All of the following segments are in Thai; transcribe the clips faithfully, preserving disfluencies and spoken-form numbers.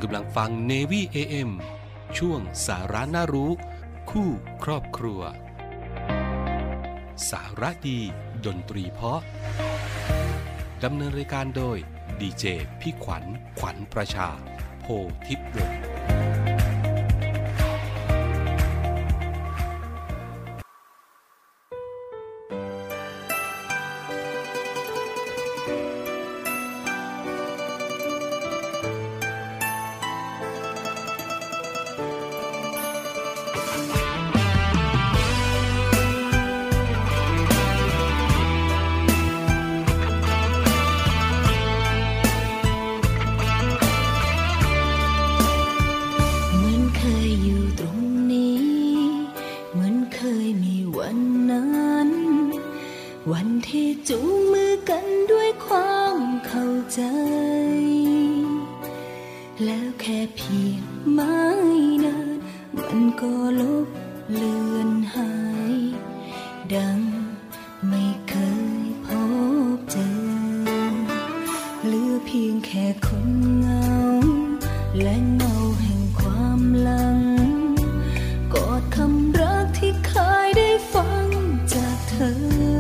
ำลังฟัง Navy เอ เอ็ม ช่วงสาระน่ารู้คู่ครอบครัวสาระดีดนตรีเพราะดำเนินรายการโดยดีเจพี่ขวัญขวัญประชาโพธิวงศ์วันที่จูงมือกันด้วยความเข้าใจแล้วแค่เพียงไม่นานมันก็ลบเลือนหายดังไม่เคยพบเจอเหลือเพียงแค่คนเหงาและเงาแห่งความหลังกอดคำรักที่เคยได้ฟังจากเธอ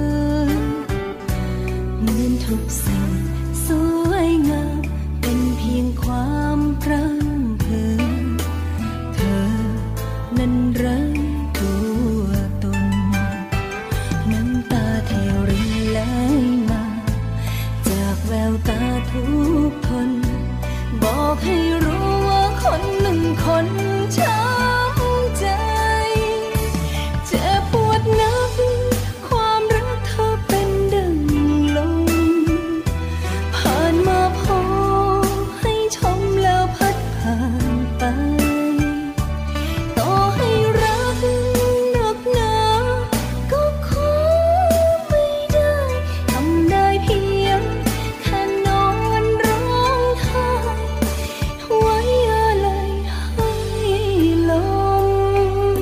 ทุกสิ่งสวยงามเป็นเพียงความพร่ำเพ้อเธอนั้นไร้ตัวตนน้ำตาที่รินไหลมาจากแววตาทุกคนบอกให้รู้ว่าคนหนึ่งคนช้ำใจเจ็บปวดนักความรักเธอเป็นดังลมผ่านมาพอให้ชมแล้วพัดผ่านไปต่อให้รักหนักหนาก็คงไม่ได้ทำได้เพียงแค่นอนร้องไห้ไว้อะไรให้ลม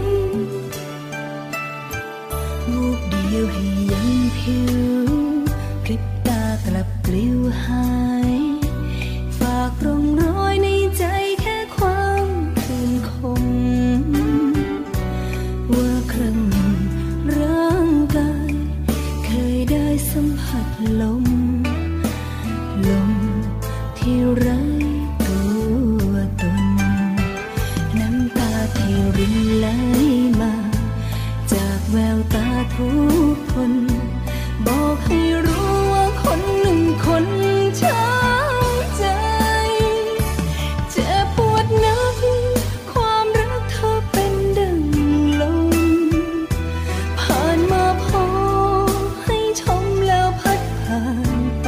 วูบเดียวให้ยังผิวพริบตากลับปลิวหายฝากร่องรอยในใจแค่ความคืนคงว่าครั้งหนึ่งร่างกายเคยได้สัมผัสลมลมที่ไร้ตัวตนน้ำตาที่รินไหลมาจากแววตาทุกคนบอกให้รู้ว่าคนหนึ่งคนช้ำใจเจ็บปวดนักความรักเธอเป็นดังลมผ่านมาพอให้ชมแล้วพัดผ่านไป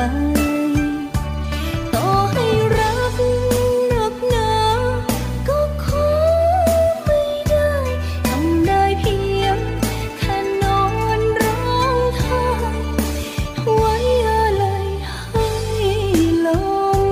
ต่อให้รักหนักหนาก็คงไม่ได้ทำได้เพียงแค่นอนร้องไห้ไว้อะไรให้ลม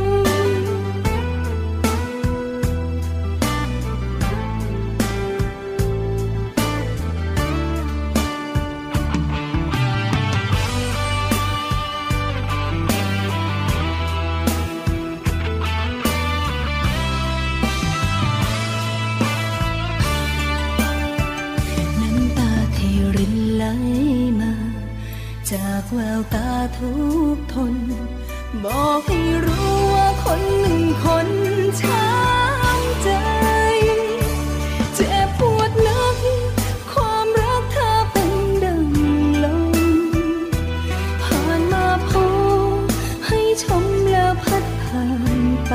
น้ำตาที่รินไหลมาจากแววตาทุกทนบอกให้รู้ว่าคนหนึ่งคนช้ำใจเจ็บปวดนักความรักเธอเป็นดังลมผ่านมาพอให้ชมแล้วพัดผ่านไป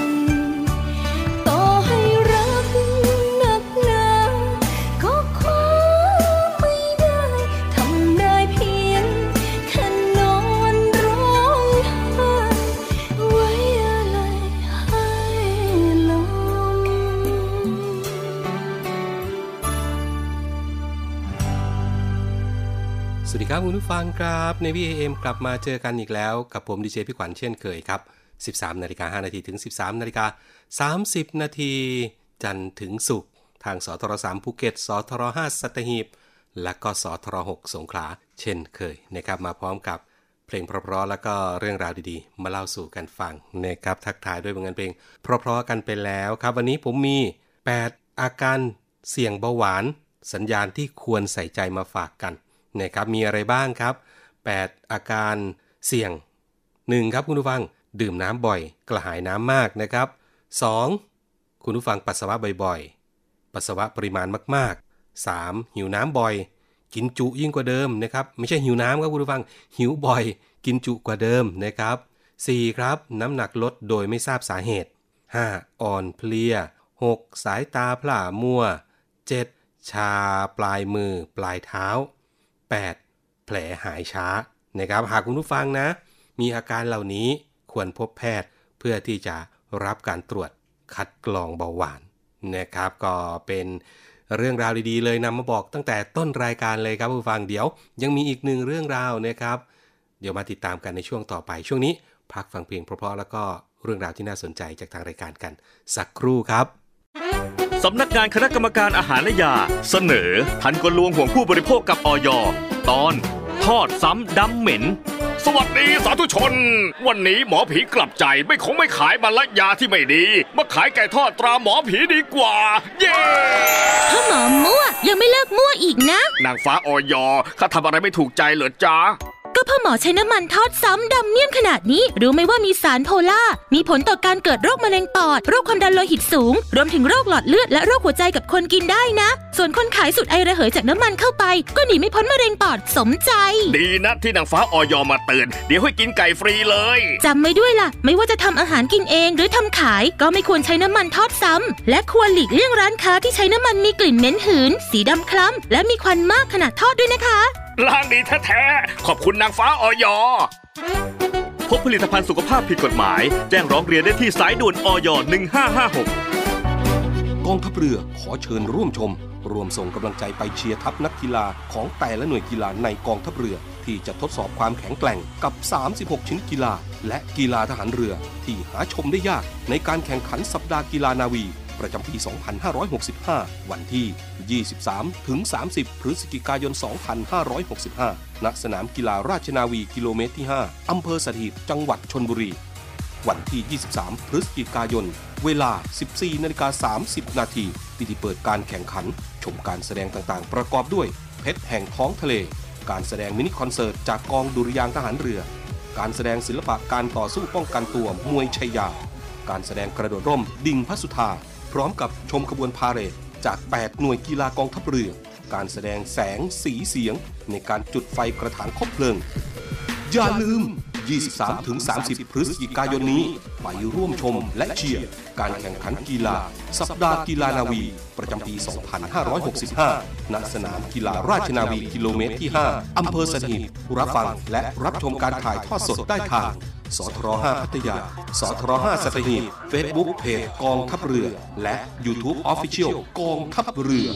ต่อให้รักหนักหนาก็คงไม่ได้ทำได้เพียงแค่นอนร้องไห้ไว้อะไรให้ลมสวัสดีครับคุณผู้ฟังครับ Navy เอ เอ็ม กลับมาเจอกันอีกแล้วกับผมดีเจพี่ขวัญเช่นเคยครับ สิบสามนาฬิกาห้านาทีถึง สิบสามนาฬิกาสามสิบนาทีจันทร์ถึงศุกร์ทางสทรสามภูเก็ตสทรห้าสัตหีบและก็สทรหกสงขลาเช่นเคยนะครับมาพร้อมกับเพลงเพราะๆแล้วก็เรื่องราวดีๆมาเล่าสู่กันฟังนะครับทักทายด้วยผลงานเพลงเพราะๆกันไปแล้วครับวันนี้ผมมีแปดอาการเสี่ยงเบาหวานสัญญาณที่ควรใส่ใจมาฝากกันนะครับมีอะไรบ้างครับแปดอาการเสี่ยงหนึ่งครับคุณผู้ฟังดื่มน้ำบ่อยกระหายน้ำมากนะครับสองคุณผู้ฟังปัสสาวะบ่อยๆปัสสาวะปริมาณมากๆสามหิวน้ำบ่อยกินจุยิ่งกว่าเดิมนะครับไม่ใช่หิวน้ำครับคุณผู้ฟังหิวบ่อยกินจุกว่าเดิมนะครับสี่ครับน้ำหนักลดโดยไม่ทราบสาเหตุห้าอ่อนเพลียหกสายตาพร่ามัวเจ็ดชาปลายมือปลายเท้าแปดแผลหายช้านะครับหากคุณผู้ฟังนะมีอาการเหล่านี้ควรพบแพทย์เพื่อที่จะรับการตรวจคัดกรองเบาหวานนะครับก็เป็นเรื่องราวดีๆเลยนำมาบอกตั้งแต่ต้นรายการเลยครับผู้ฟังเดี๋ยวยังมีอีกหนึ่งเรื่องราวนะครับเดี๋ยวมาติดตามกันในช่วงต่อไปช่วงนี้พักฟังเพลงเพราะๆแล้วก็เรื่องราวที่น่าสนใจจากทางรายการกันสักครู่ครับสำนักงานคณะกรรมการอาหารและยาเสนอทันกลลวงห่วงผู้บริโภคกับอย.ตอนทอดซ้ำดำเหม็นสวัสดีสาธุชนวันนี้หมอผีกลับใจไม่คงไม่ขายบรรลัยยาที่ไม่ดีมาขายไก่ทอดตราหมอผีดีกว่าเย้ถ้าหมอมั่วยังไม่เลิกมั่วอีกนะนางฟ้าอย.ข้าทำอะไรไม่ถูกใจเหรอจ๊ะก็พ่อหมอใช้น้ำมันทอดซ้ำดำเมี่ยมขนาดนี้รู้ไหมว่ามีสารโพล่ามีผลต่อการเกิดโรคมะเร็งปอดโรคความดันโลหิตสูงรวมถึงโรคหลอดเลือดและโรคหัวใจกับคนกินได้นะส่วนคนขายสูตรไอระเหยจากน้ำมันเข้าไปก็หนีไม่พ้นมะเร็งปอดสมใจดีนะที่นางฟ้าอย.มาเตือนเดี๋ยวให้กินไก่ฟรีเลยจำไว้ด้วยล่ะไม่ว่าจะทำอาหารกินเองหรือทำขายก็ไม่ควรใช้น้ำมันทอดซ้ำและควรหลีกเลี่ยงร้านค้าที่ใช้น้ำมันมีกลิ่นเหม็นหืนสีดำคล้ำและมีควันมากขณะทอดด้วยนะคะล้างดีแท้ๆขอบคุณนางฟ้าอย.พบผลิตภัณฑ์สุขภาพผิดกฎหมายแจ้งร้องเรียนได้ที่สายด่วนอย. หนึ่งห้าห้าหกกองทัพเรือขอเชิญร่วมชมรวมส่งกำลังใจไปเชียร์ทัพนักกีฬาของแต่ละหน่วยกีฬาในกองทัพเรือที่จะทดสอบความแข็งแกร่งกับสามสิบหกชิ้นกีฬาและกีฬาทหารเรือที่หาชมได้ยากในการแข่งขันสัปดาห์กีฬานาวีประจำปีสองพันห้าร้อยหกสิบห้าวันที่ยี่สิบสามถึงสามสิบพฤศจิกายนสองพันห้าร้อยหกสิบห้าณสนามกีฬาราชนาวีกิโลเมตรที่ห้าอำเภอสถิตจังหวัดชลบุรีวันที่ยี่สิบสามพฤศจิกายนเวลา สิบสี่นาฬิกาสามสิบนาทีพิธีเปิดการแข่งขันชมการแสดงต่างๆประกอบด้วยเพชรแห่งท้องทะเลการแสดงมินิคอนเสิร์ตจากกองดุริยางค์ทหารเรือการแสดงศิลปะการต่อสู้ป้องกันตัวมวยชัยยาการแสดงกระโดดร่มดิ่งพระสุธาพร้อมกับชมขบวนพาเหรดจากแปดหน่วยกีฬากองทัพเรือการแสดงแสงสีเสียงในการจุดไฟกระถางคบเพลิงอย่าลืม ยี่สิบสามถึงสามสิบ พฤศจิกายนนี้ไปร่วมชมและเชียร์การแข่งขันกีฬาสัปดาห์กีฬานาวีประจำปีสองพันห้าร้อยหกสิบห้าณสนามกีฬาราชนาวีกิโลเมตรที่ห้าอำเภอสถิตรับฟังและรับชมการถ่ายทอดสดได้ทางสทรห้าพัทยาสทรห้าสัตหีบ Facebook เพจกองทัพเรือและ YouTube Official กองทัพเรือ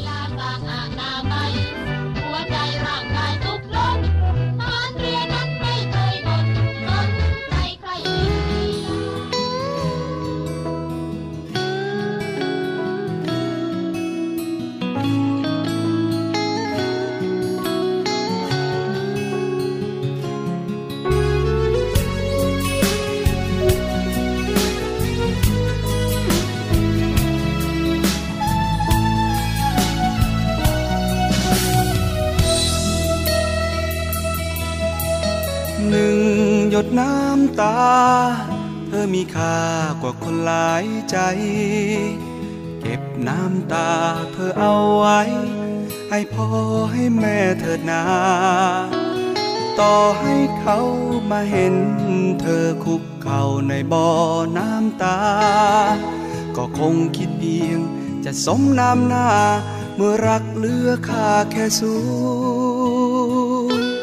หนึ่งหยดน้ำตาเธอมีค่ากว่าคนหลายใจเก็บน้ำตาเธอเอาไว้ให้พ่อให้แม่เถิดนาต่อให้เขามาเห็นเธอคุกเข่าในบ่อน้ำตาก็คงคิดเพียงจะสมน้ำหน้าเมื่อรักเหลือค่าแค่ศูนย์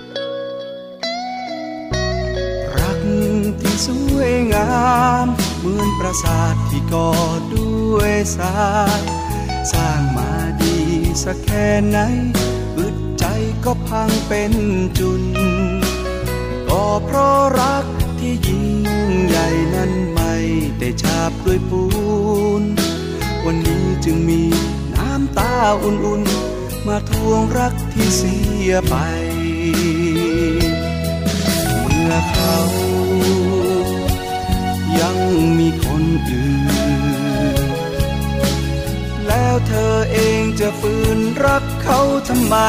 ที่สวยงามเหมือนปราสาทที่ก่อด้วยทรายสร้างมาดีสักแค่ไหนอึดใจก็พังเป็นจุนก็เพราะรักที่ยิ่งใหญ่นั้นไม่ได้ฉาบด้วยปูนวันนี้จึงมีน้ำตาอุ่นๆมาทวงรักที่เสียไปอเขายังมีคนอื่นแล้วเธอเองจะฝืนรักเขาทำไม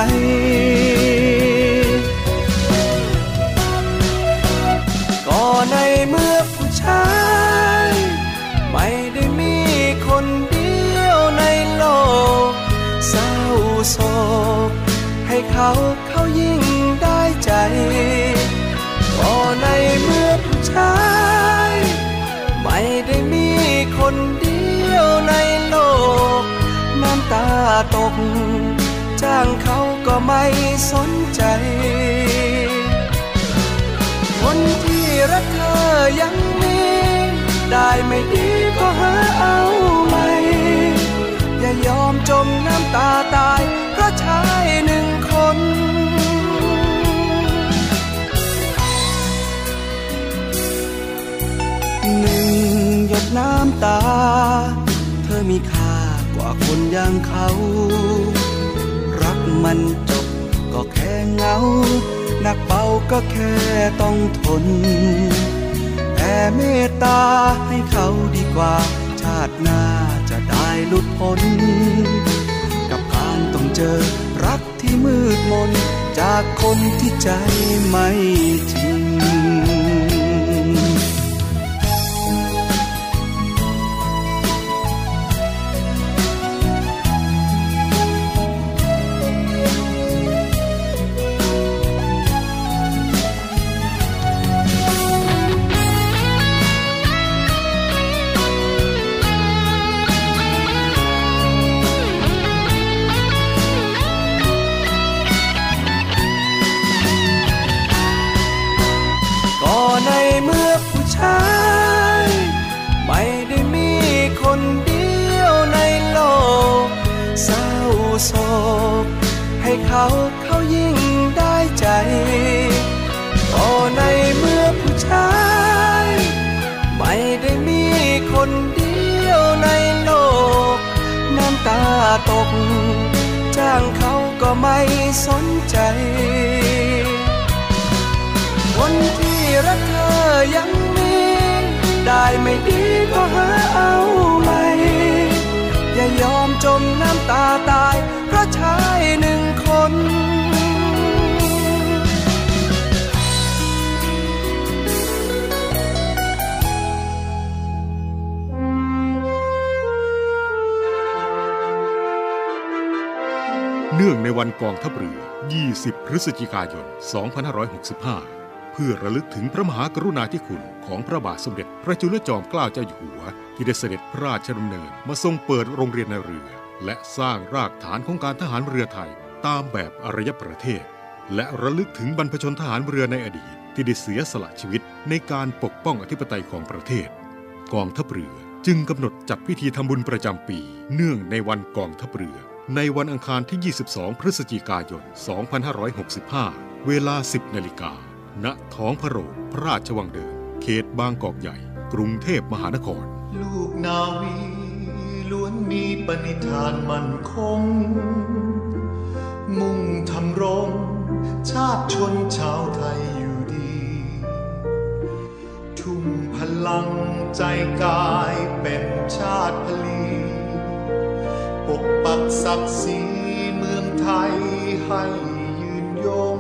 ก็ในเมื่อผู้ชายไม่ได้มีคนเดียวในโลกเศร้าโศกให้เขาเขายิ่งได้ใจก็ในเมื่อผู้ชายไม่ได้มีคนเดียวในโลกน้ำตาตกจ้างเขาก็ไม่สนใจคนที่รักเธอยังมีได้ไม่ดีก็หาเอาใหม่อย่ายอมจมน้ำตาตายเพราะชายหนึ่งคนหนึ่งหยดน้ำตาเธอมีค่ากว่าคนอย่างเขารักมันจบก็แค่เงาหนักเบาก็แค่ต้องทนแต่เมตตาให้เขาดีกว่าชาติหน้าจะได้หลุดพ้นกับการต้องเจอรักที่มืดมนจากคนที่ใจไม่จริงในเมื่อผู้ชายไม่ได้มีคนเดียวในโลกเศร้าโศกให้เขาเขายิ่งได้ใจก็ในเมื่อผู้ชายไม่ได้มีคนเดียวในโลกน้ำตาตกจ้างเขาก็ไม่สนใจคนที่รักเธอยังมีได้ไม่ดีก็หาเอาใหม่อย่ายอมจมน้ำตาตายเพราะชายหนึ่งคนเนื่องในวันกองทัพเรือยี่สิบพฤศจิกายนสองพันห้าร้อยหกสิบห้าเพื่อระลึกถึงพระมหากรุณาธิคุณของพระบาทสมเด็จพระจุลจอมเกล้าเจ้าอยู่หัวที่ได้เสด็จพระราชดำเนินมาทรงเปิดโรงเรียนในเรือและสร้างรากฐานของการทหารเรือไทยตามแบบอารยประเทศและระลึกถึงบรรพชนทหารเรือในอดีตที่ได้เสียสละชีวิตในการปกป้องอธิปไตยของประเทศกองทัพเรือจึงกำหนดจัดพิธีทำบุญประจำปีเนื่องในวันกองทัพเรือในวันอังคารที่ยี่สิบสองพฤศจิกายนสองพันห้าร้อยหกสิบห้าเวลา สิบนาฬิกาณท้องพระโรงพระราชวังเดิมเขตบางกอกใหญ่กรุงเทพมหานครลูกนาวีล้วนมีปณิธานมั่นคงมุ่งทำรงชาติชนชาวไทยอยู่ดีทุ่มพลังใจกายเป็นชาติพลีปกปักศักดิ์ศรีเมืองไทยให้ยืนยง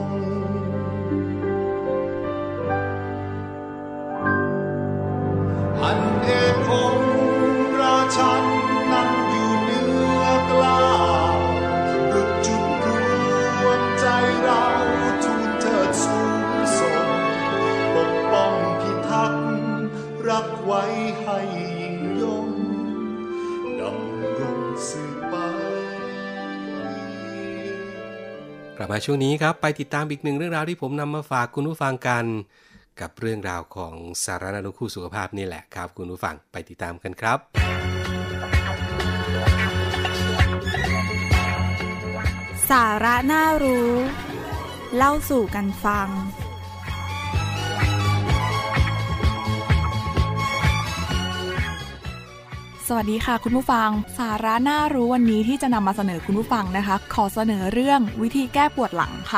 อันเอกองค์ราชันนั้นอยู่เหนือกล้าวดุจจุดรวมใจเราทูลเถิดสูงส่งปกป้องพิทักษ์รักไว้ให้ยิ่งยงดำรงสืบไปกลับมาช่วงนี้ครับไปติดตามอีกหนึ่งเรื่องราวที่ผมนำมาฝากคุณผู้ฟังกันกับเรื่องราวของสาระน่ารู้คู่สุขภาพนี่แหละครับคุณผู้ฟังไปติดตามกันครับสาระน่ารู้เล่าสู่กันฟังสวัสดีค่ะคุณผู้ฟังสาระน่ารู้วันนี้ที่จะนำมาเสนอคุณผู้ฟังนะคะขอเสนอเรื่องวิธีแก้ปวดหลังค่ะ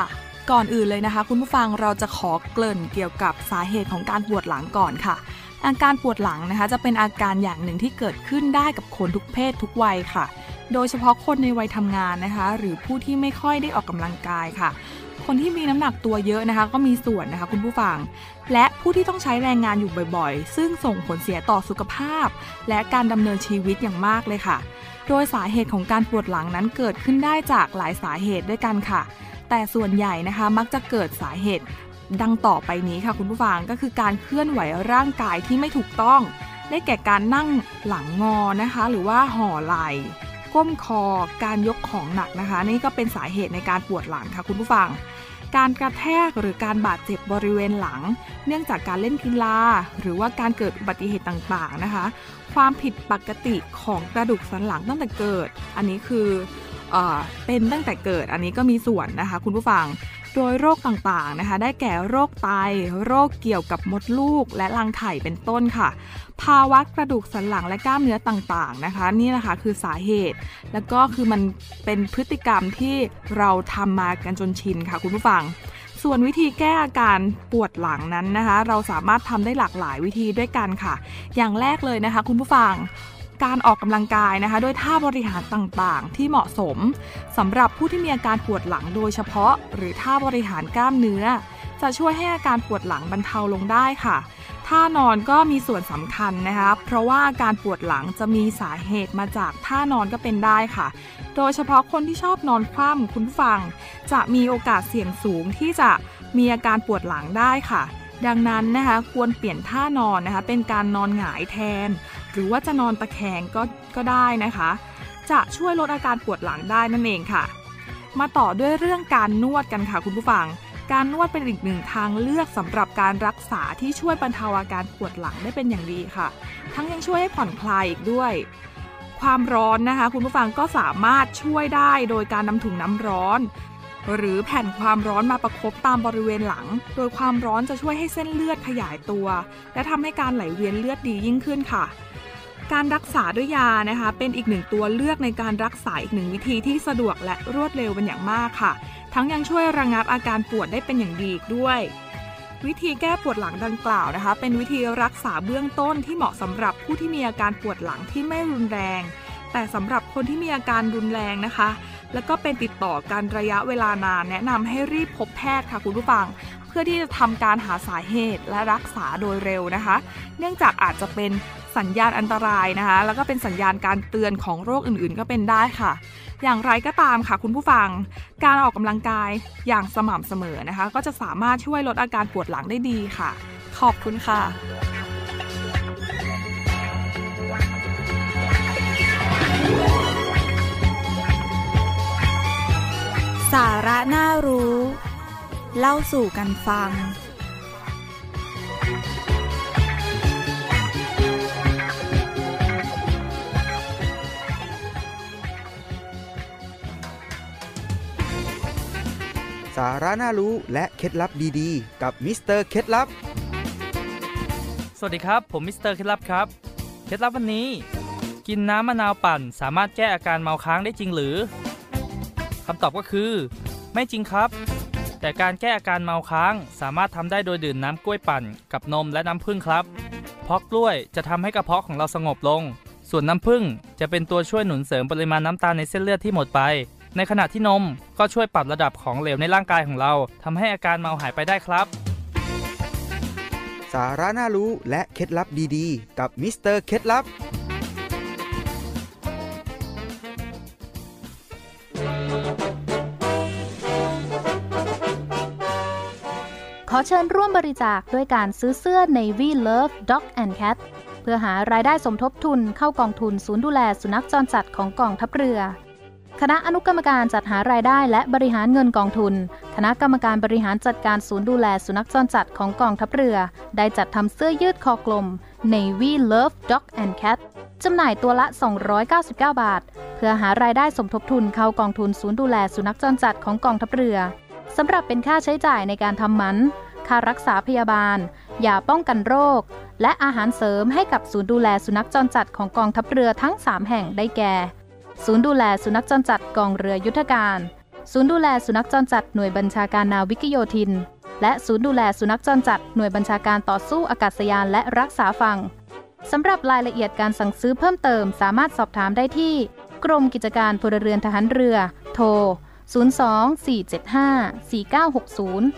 ก่อนอื่นเลยนะคะคุณผู้ฟังเราจะขอเกริ่นเกี่ยวกับสาเหตุของการปวดหลังก่อนค่ะอาการปวดหลังนะคะจะเป็นอาการอย่างหนึ่งที่เกิดขึ้นได้กับคนทุกเพศทุกวัยค่ะโดยเฉพาะคนในวัยทำงานนะคะหรือผู้ที่ไม่ค่อยได้ออกกำลังกายค่ะคนที่มีน้ำหนักตัวเยอะนะคะก็มีส่วนนะคะคุณผู้ฟังและผู้ที่ต้องใช้แรงงานอยู่บ่อยๆซึ่งส่งผลเสียต่อสุขภาพและการดำเนินชีวิตอย่างมากเลยค่ะโดยสาเหตุของการปวดหลังนั้นเกิดขึ้นได้จากหลายสาเหตุด้วยกันค่ะแต่ส่วนใหญ่นะคะมักจะเกิดสาเหตุดังต่อไปนี้ค่ะคุณผู้ฟังก็คือการเคลื่อนไหวร่างกายที่ไม่ถูกต้องได้แก่การนั่งหลังงอนะคะหรือว่าห่อไหล่ก้มคอการยกของหนักนะคะนี่ก็เป็นสาเหตุในการปวดหลังค่ะคุณผู้ฟังการกระแทกหรือการบาดเจ็บบริเวณหลังเนื่องจากการเล่นกีฬาหรือว่าการเกิดอุบัติเหตุต่างๆนะคะความผิดปกติของกระดูกสันหลังตั้งแต่เกิดอันนี้คือเอ่อเป็นตั้งแต่เกิดอันนี้ก็มีส่วนนะคะคุณผู้ฟังโดยโรคต่างๆนะคะได้แก่โรคไตโรคเกี่ยวกับมดลูกและรังไข่เป็นต้นค่ะภาวะกระดูกสันหลังและกล้ามเนื้อต่างๆนะคะนี่นะคะคือสาเหตุแล้วก็คือมันเป็นพฤติกรรมที่เราทำมากันจนชินค่ะคุณผู้ฟังส่วนวิธีแก้อาการปวดหลังนั้นนะคะเราสามารถทำได้หลากหลายวิธีด้วยกันค่ะอย่างแรกเลยนะคะคุณผู้ฟังการออกกำลังกายนะคะด้วยท่าบริหารต่างๆที่เหมาะสมสำหรับผู้ที่มีอาการปวดหลังโดยเฉพาะหรือท่าบริหารกล้ามเนื้อจะช่วยให้อาการปวดหลังบรรเทาลงได้ค่ะท่านอนก็มีส่วนสำคัญนะคะเพราะว่าอาการปวดหลังจะมีสาเหตุมาจากท่านอนก็เป็นได้ค่ะโดยเฉพาะคนที่ชอบนอนคว่ำคุณผู้ฟังจะมีโอกาสเสี่ยงสูงที่จะมีอาการปวดหลังได้ค่ะดังนั้นนะคะควรเปลี่ยนท่านอนนะคะเป็นการนอนหงายแทนหรือว่าจะนอนตะแคงก็ก็ได้นะคะจะช่วยลดอาการปวดหลังได้นั่นเองค่ะมาต่อด้วยเรื่องการนวดกันค่ะคุณผู้ฟังการนวดเป็นอีกหนึ่งทางเลือกสำหรับการรักษาที่ช่วยบรรเทาอาการปวดหลังได้เป็นอย่างดีค่ะทั้งยังช่วยให้ผ่อนคลายอีกด้วยความร้อนนะคะคุณผู้ฟังก็สามารถช่วยได้โดยการนำถุงน้ำร้อนหรือแผ่นความร้อนมาประคบตามบริเวณหลังโดยความร้อนจะช่วยให้เส้นเลือดขยายตัวและทำให้การไหลเวียนเลือดดียิ่งขึ้นค่ะการรักษาด้วยยานะคะเป็นอีกหนึ่งตัวเลือกในการรักษาอีกหนึ่งวิธีที่สะดวกและรวดเร็วเป็นอย่างมากค่ะทั้งยังช่วยระงับอาการปวดได้เป็นอย่างดีอีกด้วยวิธีแก้ปวดหลังดังกล่าวนะคะเป็นวิธีรักษาเบื้องต้นที่เหมาะสำหรับผู้ที่มีอาการปวดหลังที่ไม่รุนแรงแต่สำหรับคนที่มีอาการรุนแรงนะคะแล้วก็เป็นติดต่อกันระยะเวลานานแนะนำให้รีบพบแพทย์ค่ะคุณผู้ฟังเพื่อที่จะทำการหาสาเหตุและรักษาโดยเร็วนะคะเนื่องจากอาจจะเป็นสัญญาณอันตรายนะคะแล้วก็เป็นสัญญาณการเตือนของโรคอื่นๆก็เป็นได้ค่ะอย่างไรก็ตามค่ะคุณผู้ฟังการออกกำลังกายอย่างสม่ำเสมอนะคะก็จะสามารถช่วยลดอาการปวดหลังได้ดีค่ะขอบคุณค่ะสาระน่ารู้เล่าสู่กันฟังสาระน่ารู้และเคล็ดลับดีๆกับมิสเตอร์เคล็ดลับสวัสดีครับผมมิสเตอร์เคล็ดลับครับเคล็ดลับวันนี้กินน้ำมะนาวปั่นสามารถแก้อาการเมาค้างได้จริงหรือคำตอบก็คือไม่จริงครับแต่การแก้อาการเมาค้างสามารถทำได้โดยดื่มน้ำกล้วยปั่นกับนมและน้ำผึ้งครับเพราะกล้วยจะทำให้กระเพาะของเราสงบลงส่วนน้ำผึ้งจะเป็นตัวช่วยหนุนเสริมปริมาณน้ำตาลในเส้นเลือดที่หมดไปในขณะที่นมก็ช่วยปรับระดับของเหลวในร่างกายของเราทำให้อาการเมาหายไปได้ครับสาระน่ารู้และเคล็ดลับดีๆกับมิสเตอร์เคล็ดลับขอเชิญร่วมบริจาคด้วยการซื้อเสื้อ Navy Love Dog and Cat เพื่อหารายได้สมทบทุนเข้ากองทุนศูนย์ดูแลสุนัขจรจัดของกองทัพเรือคณะอนุกรรมการจัดหารายได้และบริหารเงินกองทุนคณะกรรมการบริหารจัดการศูนย์ดูแลสุนัขจรจัดของกองทัพเรือได้จัดทำเสื้อยืดคอกลม Navy Love Dog and Cat จำหน่ายตัวละสองร้อยเก้าสิบเก้าบาทเพื่อหารายได้สมทบทุนเข้ากองทุนศูนย์ดูแลสุนัขจรจัดของกองทัพเรือสำหรับเป็นค่าใช้จ่ายในการทำหมันค่ารักษาพยาบาลยาป้องกันโรคและอาหารเสริมให้กับศูนย์ดูแลสุนัขจรจัดของกองทัพเรือทั้งสามแห่งได้แก่ศูนย์ดูแลสุนัขจรจัดกองเรือยุทธการศูนย์ดูแลสุนัขจรจัดหน่วยบัญชาการนาวิกโยธินและศูนย์ดูแลสุนัขจรจัดหน่วยบัญชาการต่อสู้อากาศยานและรักษาฝั่งสำหรับรายละเอียดการสั่งซื้อเพิ่มเติมสามารถสอบถามได้ที่กรมกิจการพลเรือนทหารเรือโทรศูนย์ สอง สี่ เจ็ด ห้า สี่ เก้า หก ศูนย์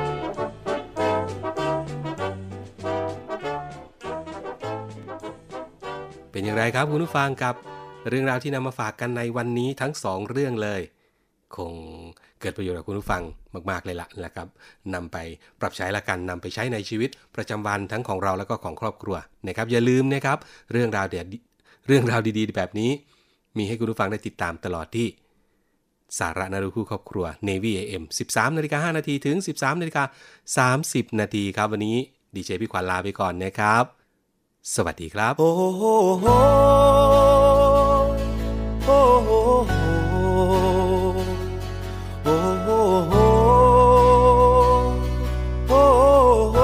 เป็นอย่างไรครับคุณผู้ฟังกับเรื่องราวที่นำมาฝากกันในวันนี้ทั้งสองเรื่องเลยคงเกิดประโยชน์กับคุณผู้ฟังมากๆเลยล่ะนะครับนำไปปรับใช้ละกันนำไปใช้ในชีวิตประจำวันทั้งของเราแล้วก็ของครอบครัวนะครับอย่าลืมนะครับเรื่องราวเด็ดเรื่องราวดีๆแบบนี้มีให้คุณผู้ฟังได้ติดตามตลอดที่สาระน่ารู้คู่ครอบครัว Navy เอ เอ็ม สิบสามนาฬิกาห้านาทีถึง สิบสามนาฬิกาสามสิบนาทีครับวันนี้ดีเจพี่ขวัญลาไปก่อนนะครับสวัสดีครับโอ้โหโอ้โหโอ้โหโอ้โห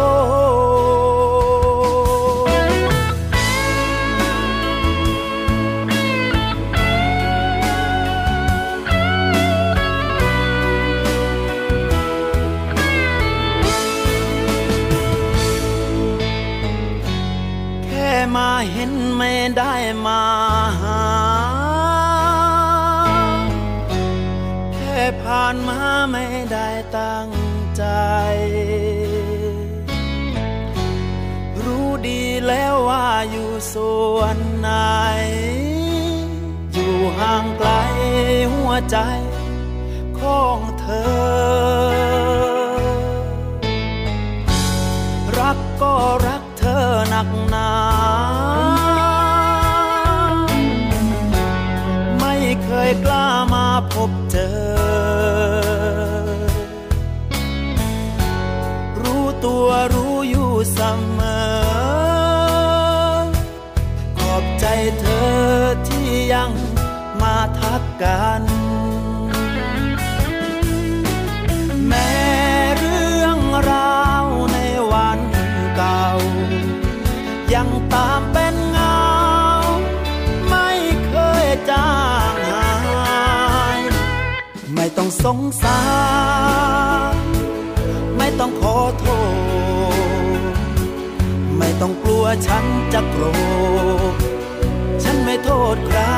แค่มาเห็นไม่ได้มาหาผ่านมาไม่ได้ตั้งใจรู้ดีแล้วว่าอยู่ส่วนไหนอยู่ห่างไกลหัวใจของเธอรักก็รักเธอหนักหนาไม่เคยกล้ามาพบเจอรู้ตัวรู้อยู่เสมอขอบใจเธอที่ยังมาทักกันแม้เรื่องราวในวันเก่ายังตามเป็นเงาไม่เคยจางหายไม่ต้องสงสารไม่ต้องขอโทษไม่ต้องกลัวฉันจะโกรธฉันไม่โทษใคร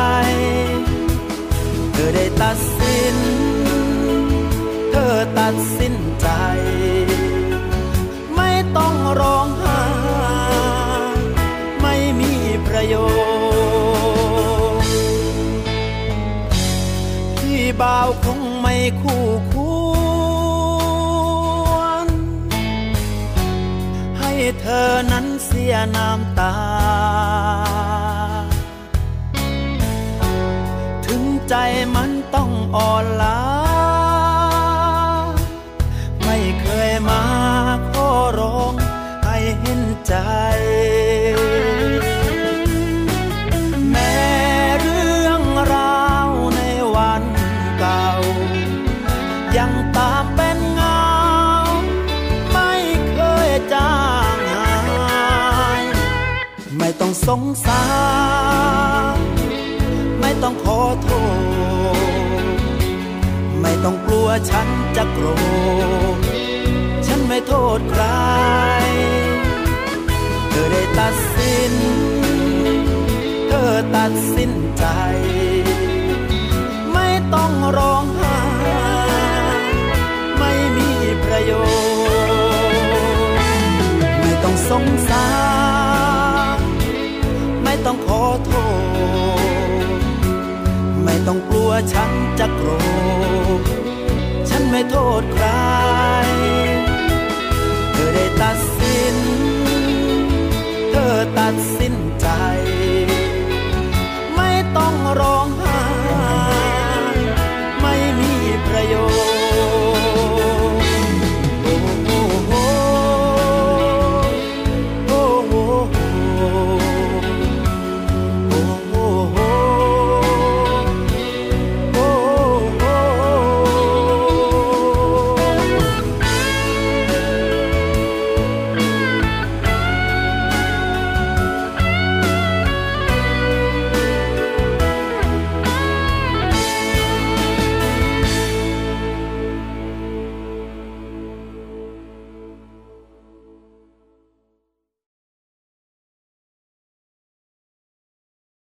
เธอได้ตัดสินเธอตัดสินใจไม่ต้องร้องไห้ไม่มีประโยชน์พี่บ่าวคงไม่คู่ควรให้เธอนั้นเสียน้ำตาถึงใจมันต้องอ่อนล้าไม่เคยมาขอร้องให้เห็นใจแม้เรื่องราวในวันเก่ายังตามเป็นเงาไม่เคยจางหายไม่ต้องสงสารไม่ต้องขอโทษไม่ต้องกลัวฉันจะโกรธฉันไม่โทษใครเธอได้ตัดสินเธอตัดสินใจไม่ต้องร้องไห้ไม่มีประโยชน์ไม่ต้องสงสารไม่ต้องขอโทษไม่ต้องกลัวฉันจะโกรธฉันไม่โทษใครเธอได้ตัดสินเธอตัดสินใจไม่ต้องร้อง